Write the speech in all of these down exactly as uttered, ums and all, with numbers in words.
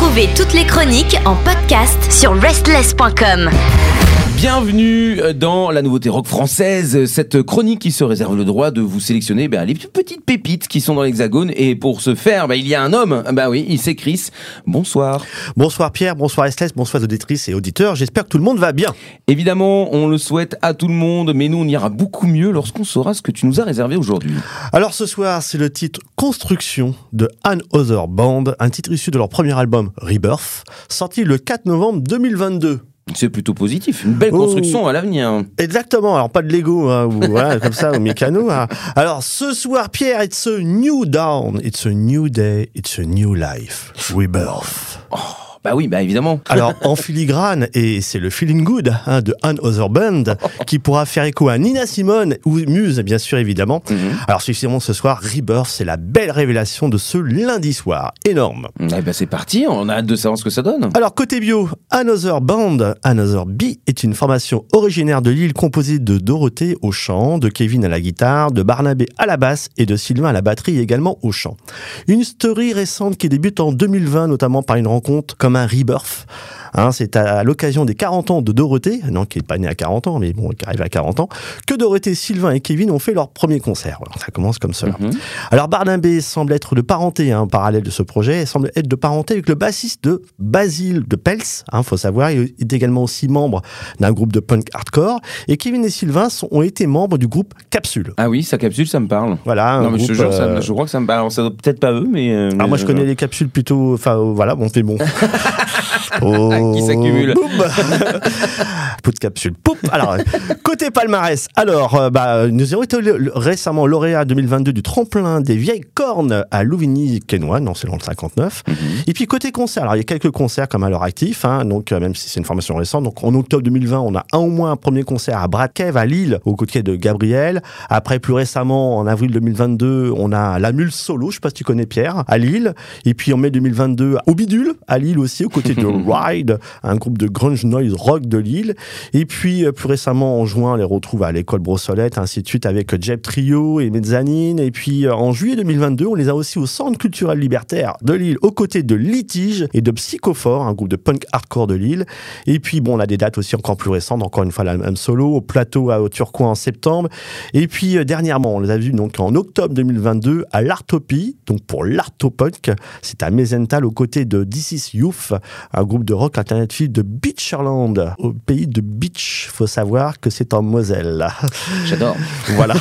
Retrouvez toutes les chroniques en podcast sur restless point com. Bienvenue dans la nouveauté rock française, cette chronique qui se réserve le droit de vous sélectionner ben, les petites pépites qui sont dans l'Hexagone. Et pour ce faire, ben, il y a un homme, ben oui, il c'est Chris. Bonsoir. Bonsoir Pierre, bonsoir Restless, bonsoir auditrices et auditeurs. J'espère que tout le monde va bien. Évidemment, on le souhaite à tout le monde, mais nous on ira beaucoup mieux lorsqu'on saura ce que tu nous as réservé aujourd'hui. Alors ce soir, c'est le titre Construction de Another Band, un titre issu de leur premier album Rebirth, sorti le quatre novembre deux mille vingt-deux. C'est plutôt positif, une belle construction oh. à l'avenir. Exactement, alors pas de Lego, hein, ou voilà, comme ça, au mécano. Hein. Alors ce soir, Pierre, it's a new dawn, it's a new day, it's a new life, Rebirth. Oh. Bah oui, bah évidemment. Alors, en filigrane, et c'est le Feeling Good hein, de Another Band qui pourra faire écho à Nina Simone ou Muse, bien sûr, évidemment. Mm-hmm. Alors, suffisant ce soir, Rebirth, c'est la belle révélation de ce lundi soir. Énorme. Eh ben c'est parti, on a hâte de savoir ce que ça donne. Alors, côté bio, Another Band, Another B est une formation originaire de Lille composée de Dorothée au chant, de Kevin à la guitare, de Barnabé à la basse et de Sylvain à la batterie également au chant. Une story récente qui débute en deux mille vingt, notamment par une rencontre comme un Rebirth. Hein, c'est à l'occasion des quarante ans de Dorothée, non, qui n'est pas née à quarante ans, mais bon, qui arrive à quarante ans, que Dorothée, Sylvain et Kevin ont fait leur premier concert. Voilà, ça commence comme cela. Mm-hmm. Alors, Barnabé semble être de parenté, hein, en parallèle de ce projet, il semble être de parenté avec le bassiste de Basile de Pels, hein, faut savoir, il est également aussi membre d'un groupe de punk hardcore, et Kevin et Sylvain sont, ont été membres du groupe Capsule. Ah oui, ça Capsule, ça me parle. Voilà. Non, mais groupe, je te jure, euh... ça, je crois que ça me parle. Alors, ça doit peut-être pas eux, mais. Euh, Alors, mais moi, je connais euh... les Capsules plutôt, enfin, euh, voilà, bon, c'est bon. Oh, qui s'accumule. Pou de capsule. Poup. Alors, côté palmarès, alors, euh, bah, nous avons été le, le, récemment lauréats deux mille vingt-deux du tremplin des vieilles cornes à Louvigny-Quesnoy, non, c'est dans le cinquante-neuf. Mm-hmm. Et puis, côté concert, alors, il y a quelques concerts comme à l'heure actif, hein, donc, euh, même si c'est une formation récente. Donc, en octobre deux mille vingt, on a un au moins un premier concert à Bradkev, à Lille, aux côtés de Gabriel. Après, plus récemment, en avril deux mille vingt-deux, on a La Mule Solo, je sais pas si tu connais Pierre, à Lille. Et puis, en mai deux mille vingt-deux, au Bidule, à Lille aussi, aux côtés de Ride, un groupe de grunge noise rock de Lille. Et puis, plus récemment, en juin, on les retrouve à l'école Brossolette, ainsi de suite, avec Jeb Trio et Mezzanine. Et puis, en juillet deux mille vingt-deux, on les a aussi au Centre culturel libertaire de Lille, aux côtés de Litige et de Psychophore, un groupe de punk hardcore de Lille. Et puis, bon, on a des dates aussi encore plus récentes, encore une fois, la même solo, au Plateau à Turcoing en septembre. Et puis, euh, dernièrement, on les a vus donc en octobre deux mille vingt-deux à l'Artopie, donc pour l'Artopunk. C'est à Mezental, aux côtés de This Is Youth, un groupe de rock alternatif de Beacherland, au pays de Beach. Faut savoir que c'est en Moselle. J'adore. Voilà.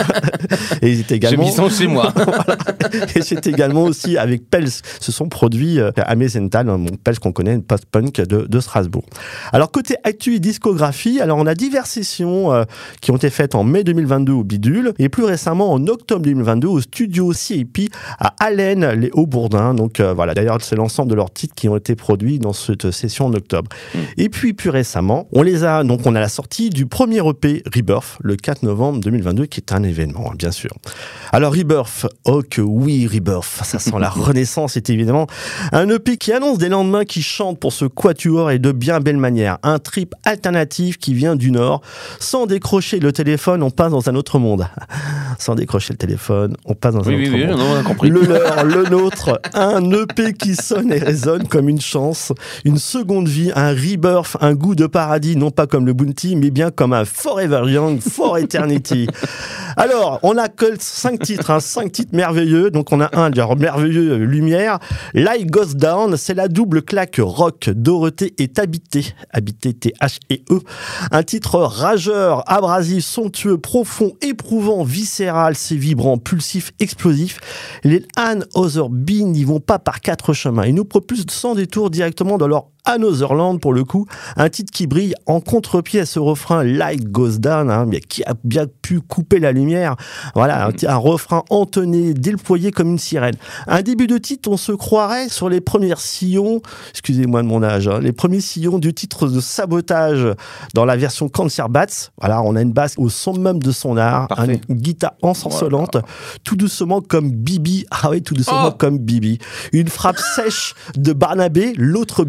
Et c'est également. Je m'y sens chez moi. Voilà. Et c'est également aussi avec Pels. Se sont produits à Mezental, un Pels qu'on connaît, une post-punk de, de Strasbourg. Alors, côté actu et discographie, alors on a diverses sessions euh, qui ont été faites en mai deux mille vingt-deux au Bidule et plus récemment en octobre deux mille vingt-deux au studio C A P à Allen, les Hauts-Bourdins. Donc euh, voilà, d'ailleurs, c'est l'ensemble de leurs titres qui ont été produits dans cette session en octobre. Mmh. Et puis plus récemment, on les a, donc on a la sortie du premier E P Rebirth le quatre novembre deux mille vingt-deux, qui est un événement, bien sûr. Alors Rebirth, oh que oui, Rebirth, ça sent la renaissance, c'est évidemment un E P qui annonce des lendemains qui chantent pour ce quatuor et de bien belle manière. Un trip alternatif qui vient du Nord. Sans décrocher le téléphone, on passe dans un autre monde. Sans décrocher le téléphone, on passe dans oui, un oui, autre oui, monde. Non, on a compris. Le leur, le nôtre, un E P qui sonne et résonne comme une chance, une seconde vie, un rebirth, un goût de paradis, non pas comme le Bounty, mais bien comme un Forever Young, For Eternity. Alors, on a que cinq titres, hein, cinq titres merveilleux. Donc, on a un, genre, merveilleux, Lumière. Light Goes Down, c'est la double claque rock. Dorothée est habitée, habitée T H E E. Un titre rageur, abrasif, somptueux, profond, éprouvant, viscéral, c'est vibrant, pulsif, explosif. Les Another B n'y vont pas par quatre chemins. Ils nous propulsent sans détour directement dans leur Anotherland, pour le coup, un titre qui brille en contre-pied à ce refrain Light Goes Down, hein, mais qui a bien pu couper la lumière. Voilà, un, un refrain entonné, déployé comme une sirène. Un début de titre, on se croirait sur les premiers sillons, excusez-moi de mon âge, hein, les premiers sillons du titre de Sabotage dans la version Cancer Bats. Voilà, on a une basse au summum de son art, une guitare ensorcelante, voilà. Tout doucement comme Bibi. Ah oui, tout doucement oh comme Bibi. Une frappe sèche de Barnabé, l'autre Bibi pour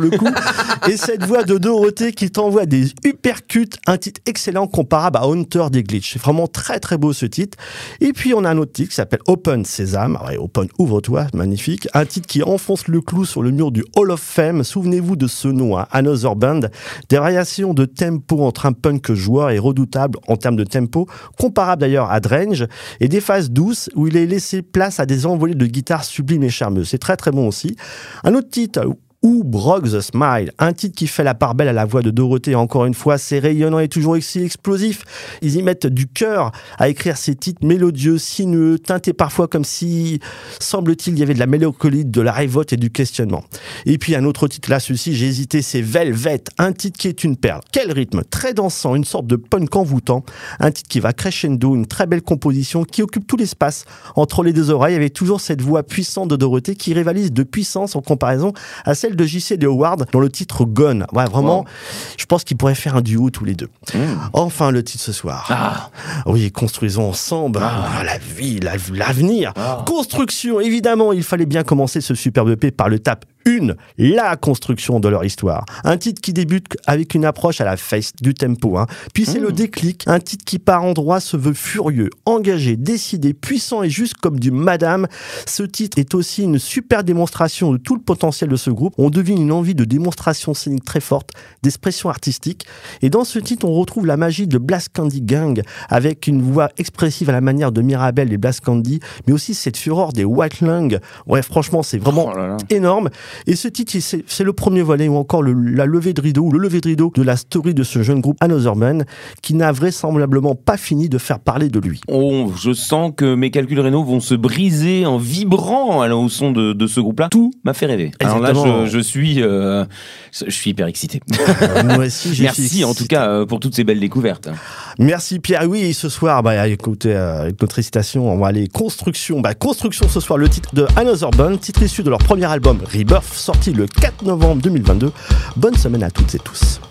pour le coup. Et cette voix de Dorothée qui t'envoie des uppercuts, un titre excellent comparable à Hunter des Glitch. C'est vraiment très très beau ce titre. Et puis on a un autre titre qui s'appelle Open Sésame. Ouais, Open, ouvre-toi, magnifique. Un titre qui enfonce le clou sur le mur du Hall of Fame. Souvenez-vous de ce nom, hein, Another Band. Des variations de tempo entre un punk joueur et redoutable en termes de tempo, comparable d'ailleurs à Drange, et des phases douces où il est laissé place à des envolées de guitare sublimes et charmeuses. C'est très très bon aussi. Un autre titre, ou Brock the Smile, un titre qui fait la part belle à la voix de Dorothée. Encore une fois, c'est rayonnant et toujours aussi explosif. Ils y mettent du cœur à écrire ces titres mélodieux, sinueux, teintés parfois comme si, semble-t-il, il y avait de la mélancolie, de la révolte et du questionnement. Et puis un autre titre, là, celui-ci, j'ai hésité, c'est Velvet, un titre qui est une perle. Quel rythme, très dansant, une sorte de punk envoûtant, un titre qui va crescendo, une très belle composition qui occupe tout l'espace entre les deux oreilles, avec toujours cette voix puissante de Dorothée qui rivalise de puissance en comparaison à celle de J C de Howard dans le titre Gone. Ouais, vraiment, wow. Je pense qu'ils pourraient faire un duo tous les deux. Mmh. Enfin, le titre ce soir. Ah. Oui, construisons ensemble ah. la vie, la, l'avenir. Ah. Construction, évidemment, il fallait bien commencer ce superbe E P par le tape une, la construction de leur histoire. Un titre qui débute avec une approche à la face du tempo. Hein. Puis c'est mmh. le déclic, un titre qui par endroits se veut furieux, engagé, décidé, puissant et juste comme du Madame. Ce titre est aussi une super démonstration de tout le potentiel de ce groupe. On devine une envie de démonstration scénique très forte, d'expression artistique. Et dans ce titre, on retrouve la magie de Blast Candy Gang, avec une voix expressive à la manière de Mirabel et Blast Candy, mais aussi cette fureur des White Lung. Ouais, franchement, c'est vraiment oh là là. énorme. Et ce titre, c'est, c'est le premier volet ou encore le, la levée de rideau ou le lever de rideau de la story de ce jeune groupe Another Band qui n'a vraisemblablement pas fini de faire parler de lui. Oh, je sens que mes calculs rénaux vont se briser en vibrant au son de, de ce groupe-là. Tout m'a fait rêver. Exactement. Alors là, je, je suis, euh, je suis hyper excité. Euh, moi aussi, j'ai Merci en tout cas pour toutes ces belles découvertes. Merci Pierre. Oui, ce soir, bah, écoutez, euh, avec notre récitation, on va aller construction. Bah, construction ce soir, le titre de Another Band, titre issu de leur premier album Rebirth, sorti le quatre novembre deux mille vingt-deux. Bonne semaine à toutes et tous.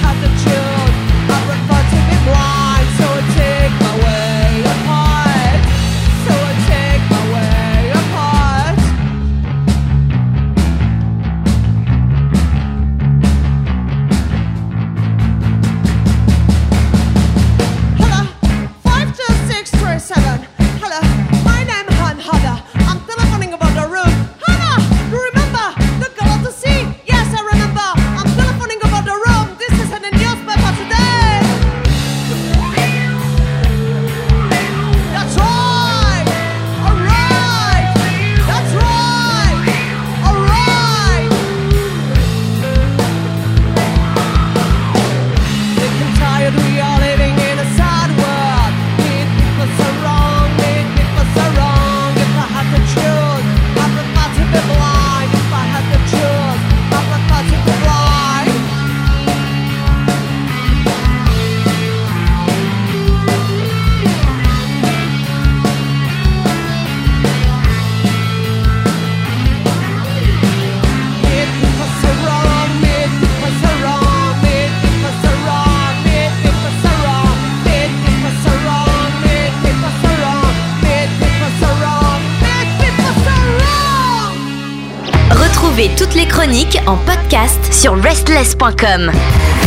Blind, so I take my way apart. chroniques en podcast sur restless point com.